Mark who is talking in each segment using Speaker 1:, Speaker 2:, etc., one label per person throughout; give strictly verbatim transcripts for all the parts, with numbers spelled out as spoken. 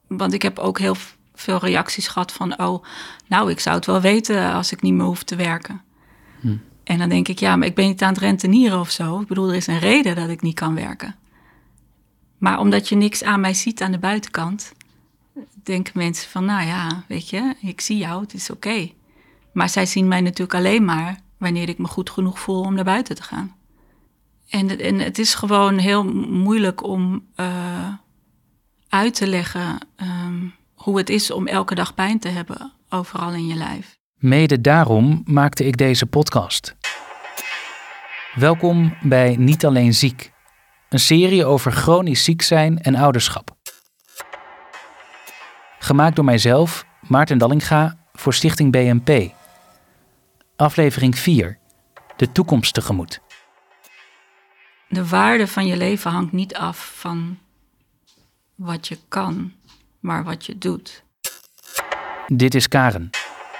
Speaker 1: Want ik heb ook heel veel reacties gehad van... oh, nou, ik zou het wel weten als ik niet meer hoef te werken. Hm. En dan denk ik, ja, maar ik ben niet aan het rentenieren of zo. Ik bedoel, er is een reden dat ik niet kan werken. Maar omdat je niks aan mij ziet aan de buitenkant... denken mensen van, nou ja, weet je, ik zie jou, het is oké. Okay. Maar zij zien mij natuurlijk alleen maar... wanneer ik me goed genoeg voel om naar buiten te gaan. En, en het is gewoon heel moeilijk om uh, uit te leggen... Um, hoe het is om elke dag pijn te hebben, overal in je lijf.
Speaker 2: Mede daarom maakte ik deze podcast. Welkom bij Niet Alleen Ziek. Een serie over chronisch ziek zijn en ouderschap. Gemaakt door mijzelf, Maarten Dallinga, voor Stichting B N P. Aflevering vier. De toekomst tegemoet.
Speaker 1: De waarde van je leven hangt niet af van wat je kan, maar wat je doet.
Speaker 2: Dit is Karen.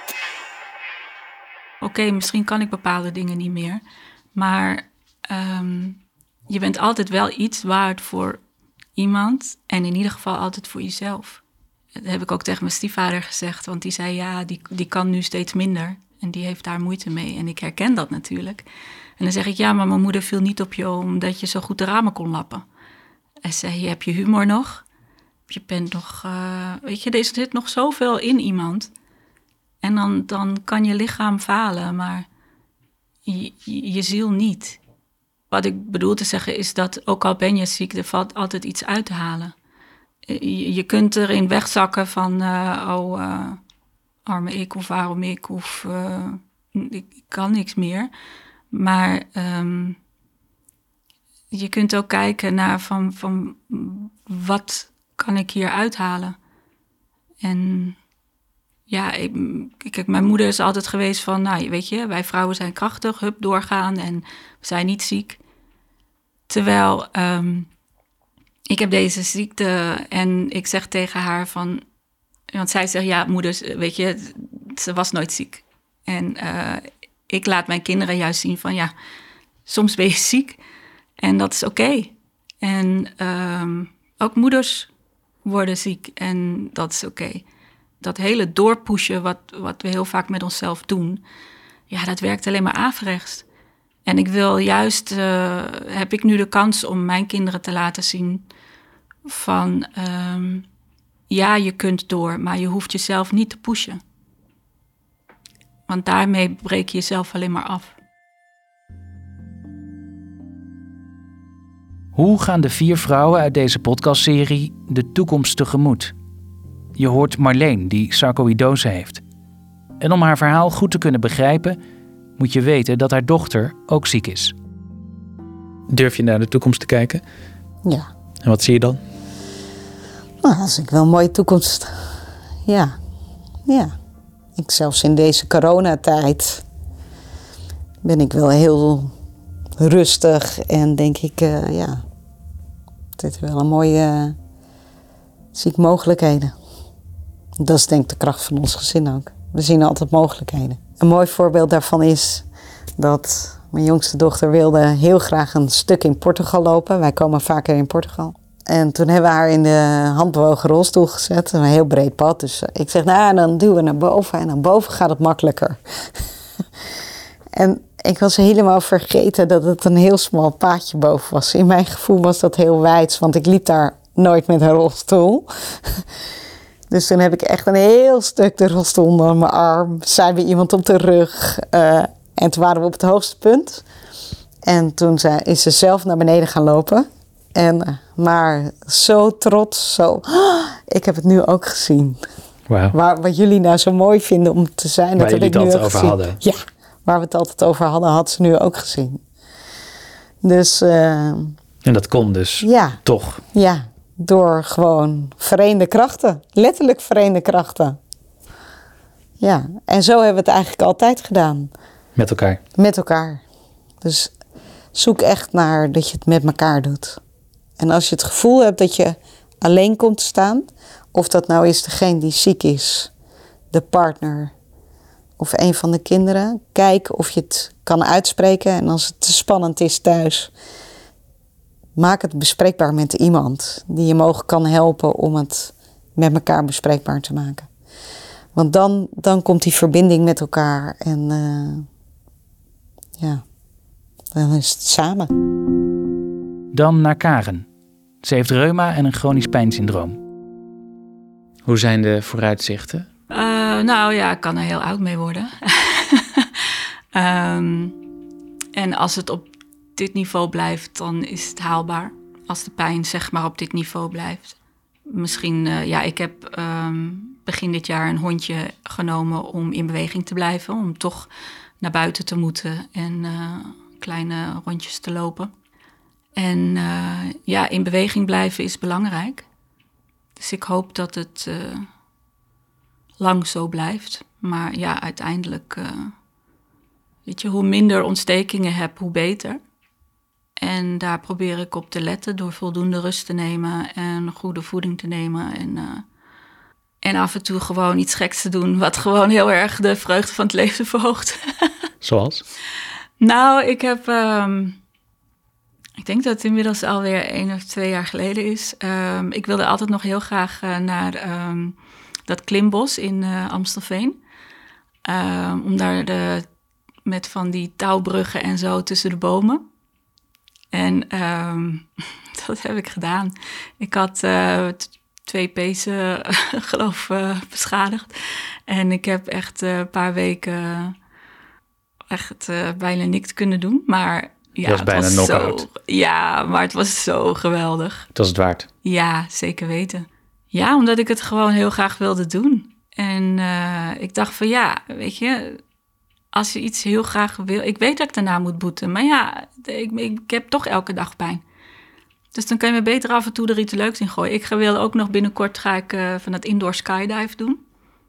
Speaker 1: Oké, okay, misschien kan ik bepaalde dingen niet meer, maar um, je bent altijd wel iets waard voor iemand en in ieder geval altijd voor jezelf. Dat heb ik ook tegen mijn stiefvader gezegd, want die zei ja, die, die kan nu steeds minder en die heeft daar moeite mee. En ik herken dat natuurlijk. En dan zeg ik ja, maar mijn moeder viel niet op je omdat je zo goed de ramen kon lappen. Hij zei, heb je humor nog? Je bent nog, uh, weet je, er zit nog zoveel in iemand. En dan, dan kan je lichaam falen, maar je, je, je ziel niet. Wat ik bedoel te zeggen is dat ook al ben je ziek, er valt altijd iets uit te halen. Je, je kunt erin wegzakken van, uh, oh, uh, arme ik of waarom ik, of uh, ik, ik kan niks meer. Maar um, je kunt ook kijken naar van, van wat kan ik hier uithalen. En ja, ik, kijk, mijn moeder is altijd geweest van, nou, weet je, wij vrouwen zijn krachtig, hup, doorgaan en we zijn niet ziek. Terwijl um, ik heb deze ziekte en ik zeg tegen haar van, want zij zegt, ja, moeder, weet je, ze was nooit ziek. En uh, ik laat mijn kinderen juist zien van, ja, soms ben je ziek en dat is oké. Okay. En um, ook moeders worden ziek en dat is oké. Okay. Dat hele doorpushen wat, wat we heel vaak met onszelf doen, ja, dat werkt alleen maar averechts. En ik wil juist, uh, heb ik nu de kans om mijn kinderen te laten zien van, um, ja, je kunt door, maar je hoeft jezelf niet te pushen. Want daarmee breek je jezelf alleen maar af.
Speaker 2: Hoe gaan de vier vrouwen uit deze podcastserie de toekomst tegemoet? Je hoort Marleen, die sarcoïdose heeft. En om haar verhaal goed te kunnen begrijpen, moet je weten dat haar dochter ook ziek is.
Speaker 3: Durf je naar de toekomst te kijken?
Speaker 4: Ja.
Speaker 3: En wat zie je dan?
Speaker 4: Nou, dat is ik wel een mooie toekomst. Ja. Ja. Ik, zelfs in deze coronatijd ben ik wel heel rustig en denk ik, uh, ja, dit is wel een mooie, uh, zie ik mogelijkheden. Dat is denk ik de kracht van ons gezin ook. We zien altijd mogelijkheden. Een mooi voorbeeld daarvan is dat mijn jongste dochter wilde heel graag een stuk in Portugal lopen. Wij komen vaker in Portugal. En toen hebben we haar in de handbewogen rolstoel gezet. Een heel breed pad. Dus ik zeg, nou, dan duwen we naar boven. En naar boven gaat het makkelijker. En ik was helemaal vergeten dat het een heel smal paadje boven was. In mijn gevoel was dat heel wijds. Want ik liep daar nooit met een rolstoel. Dus toen heb ik echt een heel stuk de rolstoel onder mijn arm. Zei bij iemand op de rug. Uh, en toen waren we op het hoogste punt. En toen zei, is ze zelf naar beneden gaan lopen. En, maar zo trots, zo. Oh, ik heb het nu ook gezien.
Speaker 3: Wow.
Speaker 4: Waar, wat jullie nou zo mooi vinden om te zijn.
Speaker 3: Waar
Speaker 4: dat
Speaker 3: jullie
Speaker 4: heb
Speaker 3: het
Speaker 4: ik nu
Speaker 3: altijd
Speaker 4: ook
Speaker 3: over
Speaker 4: gezien.
Speaker 3: hadden.
Speaker 4: Ja, waar we het altijd over hadden, had ze nu ook gezien. Dus. Uh,
Speaker 3: en dat kon dus
Speaker 4: ja,
Speaker 3: toch?
Speaker 4: Ja, door gewoon vereende krachten. Letterlijk vereende krachten. Ja, en zo hebben we het eigenlijk altijd gedaan.
Speaker 3: Met elkaar?
Speaker 4: Met elkaar. Dus zoek echt naar dat je het met elkaar doet. En als je het gevoel hebt dat je alleen komt te staan, of dat nou is degene die ziek is, de partner of een van de kinderen, kijk of je het kan uitspreken. En als het te spannend is thuis, maak het bespreekbaar met iemand die je mogelijk kan helpen om het met elkaar bespreekbaar te maken. Want dan, dan komt die verbinding met elkaar en uh, ja, dan is het samen.
Speaker 2: Dan naar Karen. Ze heeft reuma en een chronisch pijnsyndroom.
Speaker 3: Hoe zijn de vooruitzichten?
Speaker 1: Uh, nou ja, ik kan er heel oud mee worden. um, en als het op dit niveau blijft, dan is het haalbaar. Als de pijn zeg maar op dit niveau blijft. Misschien, uh, ja, ik heb um, begin dit jaar een hondje genomen om in beweging te blijven. Om toch naar buiten te moeten en uh, kleine rondjes te lopen. En uh, ja, in beweging blijven is belangrijk. Dus ik hoop dat het uh, lang zo blijft. Maar ja, uiteindelijk, uh, weet je, hoe minder ontstekingen heb, hoe beter. En daar probeer ik op te letten door voldoende rust te nemen en goede voeding te nemen. En, uh, en af en toe gewoon iets geks te doen wat gewoon heel erg de vreugde van het leven verhoogt.
Speaker 3: Zoals?
Speaker 1: Nou, ik heb... Um, ik denk dat het inmiddels alweer één of twee jaar geleden is. Um, ik wilde altijd nog heel graag uh, naar um, dat klimbos in uh, Amstelveen. Um, om daar de, met van die touwbruggen en zo tussen de bomen. En um, dat heb ik gedaan. Ik had uh, t- twee pezen, uh, geloof ik, uh, beschadigd. En ik heb echt uh, een paar weken echt uh, bijna niks kunnen doen. Maar ja,
Speaker 3: dat was bijna
Speaker 1: een
Speaker 3: knock-out.
Speaker 1: Ja, maar het was zo geweldig.
Speaker 3: Het was het waard.
Speaker 1: Ja, zeker weten. Ja, omdat ik het gewoon heel graag wilde doen. En uh, ik dacht van ja, weet je, als je iets heel graag wil... Ik weet dat ik daarna moet boeten, maar ja, ik, ik heb toch elke dag pijn. Dus dan kan je me beter af en toe er iets leuks in gooien. Ik wil ook nog binnenkort ga ik uh, van dat indoor skydive doen.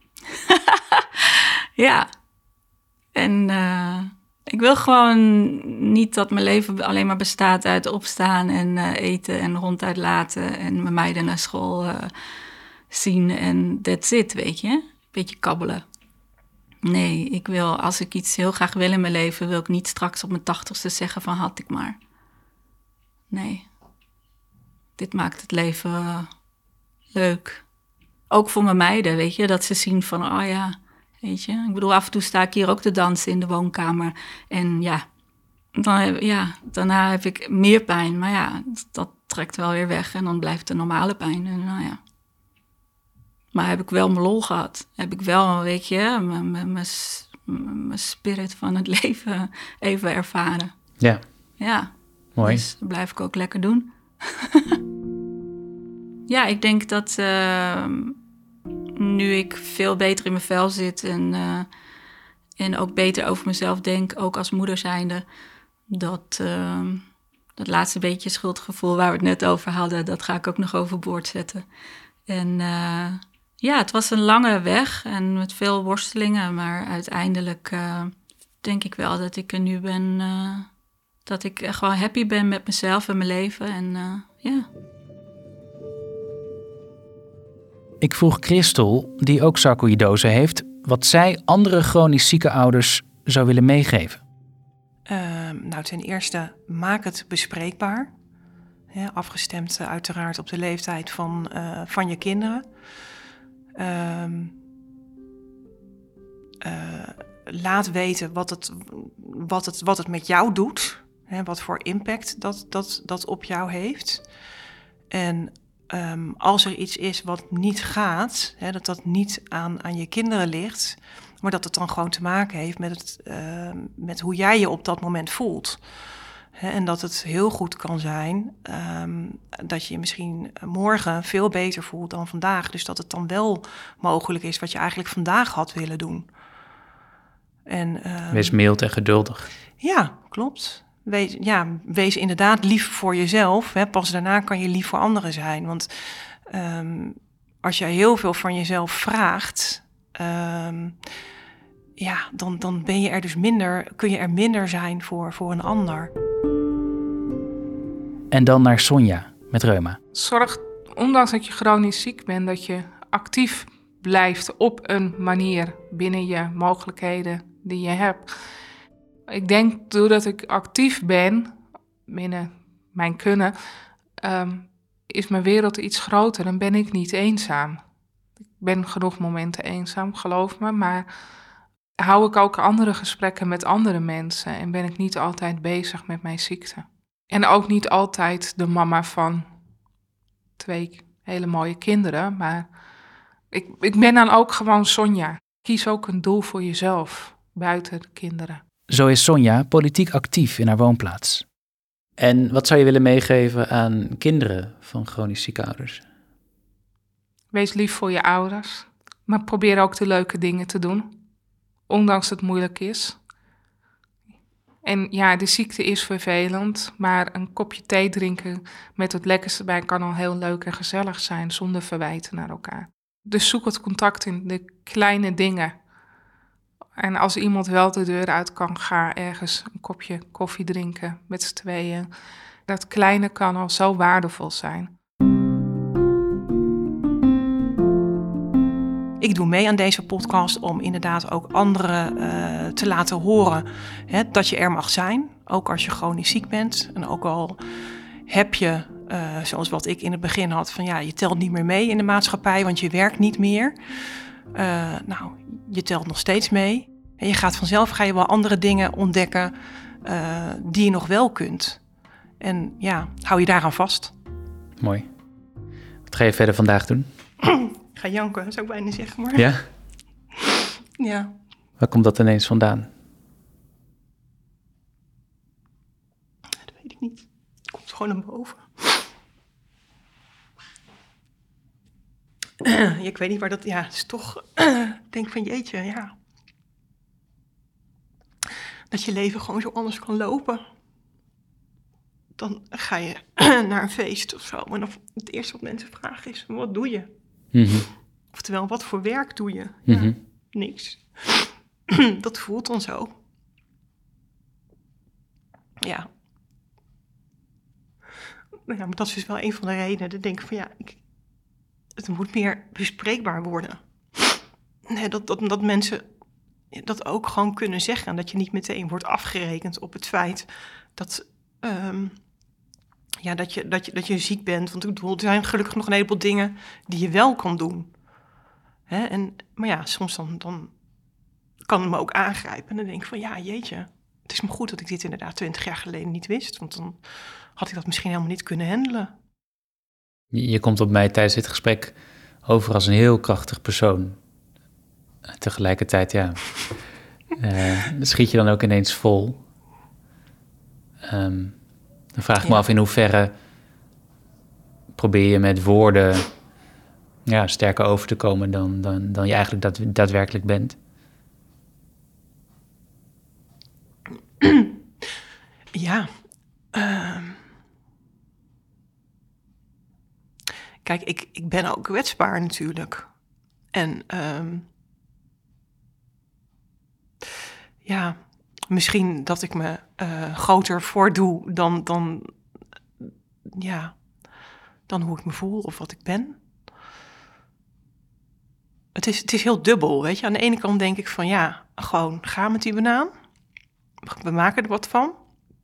Speaker 1: Ja. En uh, ik wil gewoon niet dat mijn leven alleen maar bestaat uit opstaan en uh, eten en ronduit laten en mijn meiden naar school uh, zien en that's it, weet je. Beetje kabbelen. Nee, ik wil, als ik iets heel graag wil in mijn leven, wil ik niet straks op mijn tachtigste zeggen van had ik maar. Nee. Dit maakt het leven uh, leuk. Ook voor mijn meiden, weet je, dat ze zien van, oh ja, weet je. Ik bedoel, af en toe sta ik hier ook te dansen in de woonkamer. En ja, dan, ja daarna heb ik meer pijn. Maar ja, dat trekt wel weer weg en dan blijft de normale pijn. En nou ja. Maar heb ik wel mijn lol gehad. Heb ik wel, weet je, mijn spirit van het leven even ervaren.
Speaker 3: Ja.
Speaker 1: Ja.
Speaker 3: Mooi.
Speaker 1: Dus dat blijf ik ook lekker doen. Ja, ik denk dat uh, nu ik veel beter in mijn vel zit en, uh, en ook beter over mezelf denk, ook als moeder zijnde, dat uh, dat laatste beetje schuldgevoel waar we het net over hadden, dat ga ik ook nog overboord zetten. En uh, ja, het was een lange weg en met veel worstelingen, maar uiteindelijk uh, denk ik wel dat ik er nu ben, uh, dat ik gewoon happy ben met mezelf en mijn leven en uh, ja.
Speaker 2: Ik vroeg Christel, die ook sarcoïdose heeft, wat zij andere chronisch zieke ouders zou willen meegeven.
Speaker 5: Uh, nou, ten eerste, maak het bespreekbaar. Ja, afgestemd uh, uiteraard op de leeftijd van, uh, van je kinderen. Uh, uh, laat weten wat het, wat, het, wat het met jou doet. Hè, wat voor impact dat, dat, dat op jou heeft. En um, als er iets is wat niet gaat, hè, dat dat niet aan, aan je kinderen ligt, maar dat het dan gewoon te maken heeft met, het, uh, met hoe jij je op dat moment voelt. Hè, en dat het heel goed kan zijn um, dat je je misschien morgen veel beter voelt dan vandaag. Dus dat het dan wel mogelijk is wat je eigenlijk vandaag had willen doen. En, um,
Speaker 3: Wees mild en geduldig.
Speaker 5: Ja, klopt. Wees, ja, wees inderdaad lief voor jezelf. Hè. Pas daarna kan je lief voor anderen zijn. Want um, als je heel veel van jezelf vraagt, um, ja, dan, dan ben je er dus minder, kun je er minder zijn voor, voor een ander.
Speaker 2: En dan naar Sonja met reuma.
Speaker 6: Zorg, ondanks dat je chronisch ziek bent, dat je actief blijft op een manier binnen je mogelijkheden die je hebt. Ik denk, doordat ik actief ben, binnen mijn kunnen, um, is mijn wereld iets groter en ben ik niet eenzaam. ben genoeg momenten eenzaam, geloof me. Maar hou ik ook andere gesprekken met andere mensen en ben ik niet altijd bezig met mijn ziekte. En ook niet altijd de mama van twee hele mooie kinderen, maar ik, ik ben dan ook gewoon Sonja. Kies ook een doel voor jezelf, buiten de kinderen.
Speaker 2: Zo is Sonja politiek actief in haar woonplaats.
Speaker 3: En wat zou je willen meegeven aan kinderen van chronisch zieke ouders?
Speaker 6: Wees lief voor je ouders, maar probeer ook de leuke dingen te doen, ondanks het moeilijk is. En ja, de ziekte is vervelend, maar een kopje thee drinken met het lekkerste bij kan al heel leuk en gezellig zijn, zonder verwijten naar elkaar. Dus zoek het contact in de kleine dingen. En als iemand wel de deur uit kan, ga ergens een kopje koffie drinken met z'n tweeën. Dat kleine kan al zo waardevol zijn.
Speaker 5: Ik doe mee aan deze podcast om inderdaad ook anderen uh, te laten horen hè, dat je er mag zijn. Ook als je chronisch ziek bent. En ook al heb je, uh, zoals wat ik in het begin had, van ja, je telt niet meer mee in de maatschappij, want je werkt niet meer. Uh, nou, je telt nog steeds mee. En je gaat vanzelf, ga je wel andere dingen ontdekken uh, die je nog wel kunt. En ja, hou je daaraan vast.
Speaker 3: Mooi. Wat ga je verder vandaag doen?
Speaker 5: Ik ga janken, zou ik bijna zeggen, maar...
Speaker 3: Ja?
Speaker 5: Ja.
Speaker 3: Waar komt dat ineens vandaan?
Speaker 5: Dat weet ik niet. Het komt gewoon naar boven. Uh, ik weet niet waar dat... Ja, het is toch... Uh, denk van jeetje, ja. Dat je leven gewoon zo anders kan lopen. Dan ga je naar een feest of zo. En dan het eerste wat mensen vragen is, wat doe je?
Speaker 3: Mm-hmm.
Speaker 5: Oftewel, wat voor werk doe je?
Speaker 3: Mm-hmm.
Speaker 5: Ja, niks. Dat voelt dan zo. Ja. Nou ja, maar dat is dus wel een van de redenen. Dat ik denk van ja, ik, het moet meer bespreekbaar worden. Nee, dat, dat, dat mensen dat ook gewoon kunnen zeggen. En dat je niet meteen wordt afgerekend op het feit dat... Um, Ja, dat je, dat, je, dat je ziek bent. Want ik bedoel, er zijn gelukkig nog een heleboel dingen die je wel kan doen. Hè? En, maar ja, soms dan, dan kan het me ook aangrijpen. En dan denk ik van, ja, jeetje. Het is me goed dat ik dit inderdaad twintig jaar geleden niet wist. Want dan had ik dat misschien helemaal niet kunnen handelen.
Speaker 3: Je komt op mij tijdens dit gesprek over als een heel krachtig persoon. Tegelijkertijd, ja, uh, schiet je dan ook ineens vol. Um, Dan vraag ik me ja. af in hoeverre probeer je met woorden ja, sterker over te komen dan, dan, dan je eigenlijk dat, daadwerkelijk bent.
Speaker 5: Ja. Uh, kijk, ik, ik ben ook kwetsbaar natuurlijk. En um, ja... Misschien dat ik me uh, groter voordoe dan, dan, ja, dan hoe ik me voel of wat ik ben. Het is, het is heel dubbel, weet je. Aan de ene kant denk ik van ja, gewoon ga met die banaan. We maken er wat van.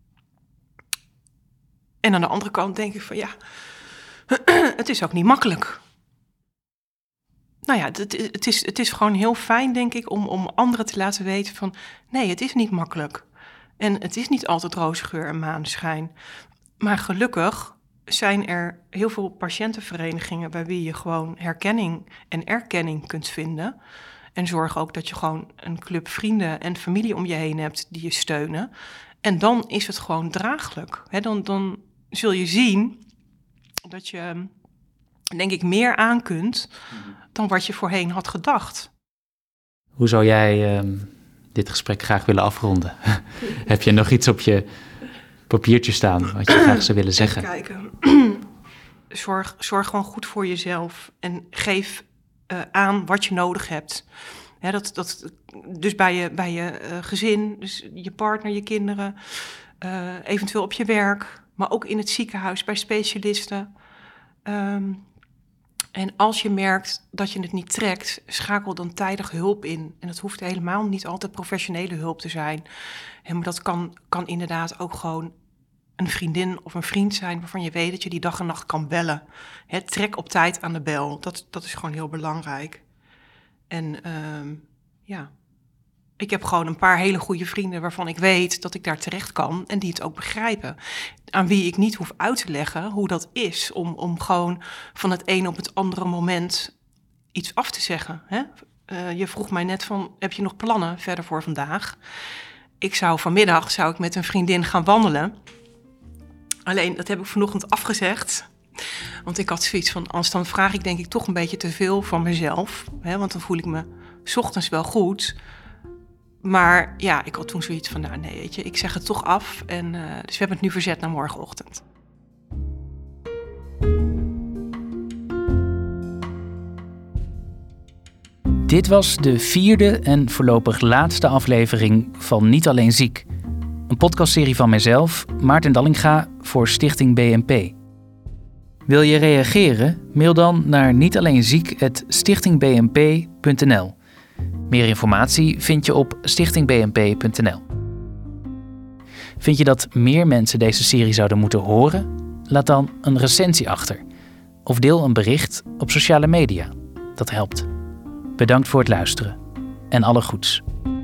Speaker 5: En aan de andere kant denk ik van ja, het is ook niet makkelijk. Nou ja, het, het, is, het is gewoon heel fijn, denk ik, om, om anderen te laten weten van... nee, het is niet makkelijk. En het is niet altijd roze geur en maneschijn. Maar gelukkig zijn er heel veel patiëntenverenigingen... bij wie je gewoon herkenning en erkenning kunt vinden. En zorg ook dat je gewoon een club vrienden en familie om je heen hebt... die je steunen. En dan is het gewoon draaglijk. He, dan, dan zul je zien dat je... denk ik, meer aan kunt dan wat je voorheen had gedacht.
Speaker 3: Hoe zou jij um, dit gesprek graag willen afronden? Heb je nog iets op je papiertje staan wat je graag zou willen zeggen?
Speaker 5: Even kijken. Zorg, zorg gewoon goed voor jezelf en geef uh, aan wat je nodig hebt. Hè, dat, dat, dus bij je, bij je uh, gezin, dus je partner, je kinderen, uh, eventueel op je werk, maar ook in het ziekenhuis bij specialisten. Um, En als je merkt dat je het niet trekt, schakel dan tijdig hulp in. En dat hoeft helemaal niet altijd professionele hulp te zijn. En maar dat kan, kan inderdaad ook gewoon een vriendin of een vriend zijn... waarvan je weet dat je die dag en nacht kan bellen. He, trek op tijd aan de bel. Dat, dat is gewoon heel belangrijk. En uh, ja, ik heb gewoon een paar hele goede vrienden waarvan ik weet dat ik daar terecht kan en die het ook begrijpen. Aan wie ik niet hoef uit te leggen hoe dat is om, om gewoon van het een op het andere moment iets af te zeggen. Hè? Uh, je vroeg mij net van, heb je nog plannen verder voor vandaag? Ik zou vanmiddag zou ik met een vriendin gaan wandelen. Alleen, dat heb ik vanochtend afgezegd. Want ik had zoiets van, anders dan vraag ik denk ik toch een beetje te veel van mezelf. Hè? Want dan voel ik me 's ochtends wel goed. Maar ja, ik had toen zoiets van, nou nee, weet je, ik zeg het toch af. En, uh, dus we hebben het nu verzet naar morgenochtend.
Speaker 2: Dit was de vierde en voorlopig laatste aflevering van Niet Alleen Ziek. Een podcastserie van mijzelf, Maarten Dallinga, voor Stichting B N P. Wil je reageren? Mail dan naar nietaleenziek apenstaartje stichting b n p punt n l. Meer informatie vind je op stichting b n p punt n l. Vind je dat meer mensen deze serie zouden moeten horen? Laat dan een recensie achter. Of deel een bericht op sociale media. Dat helpt. Bedankt voor het luisteren. En alle goeds.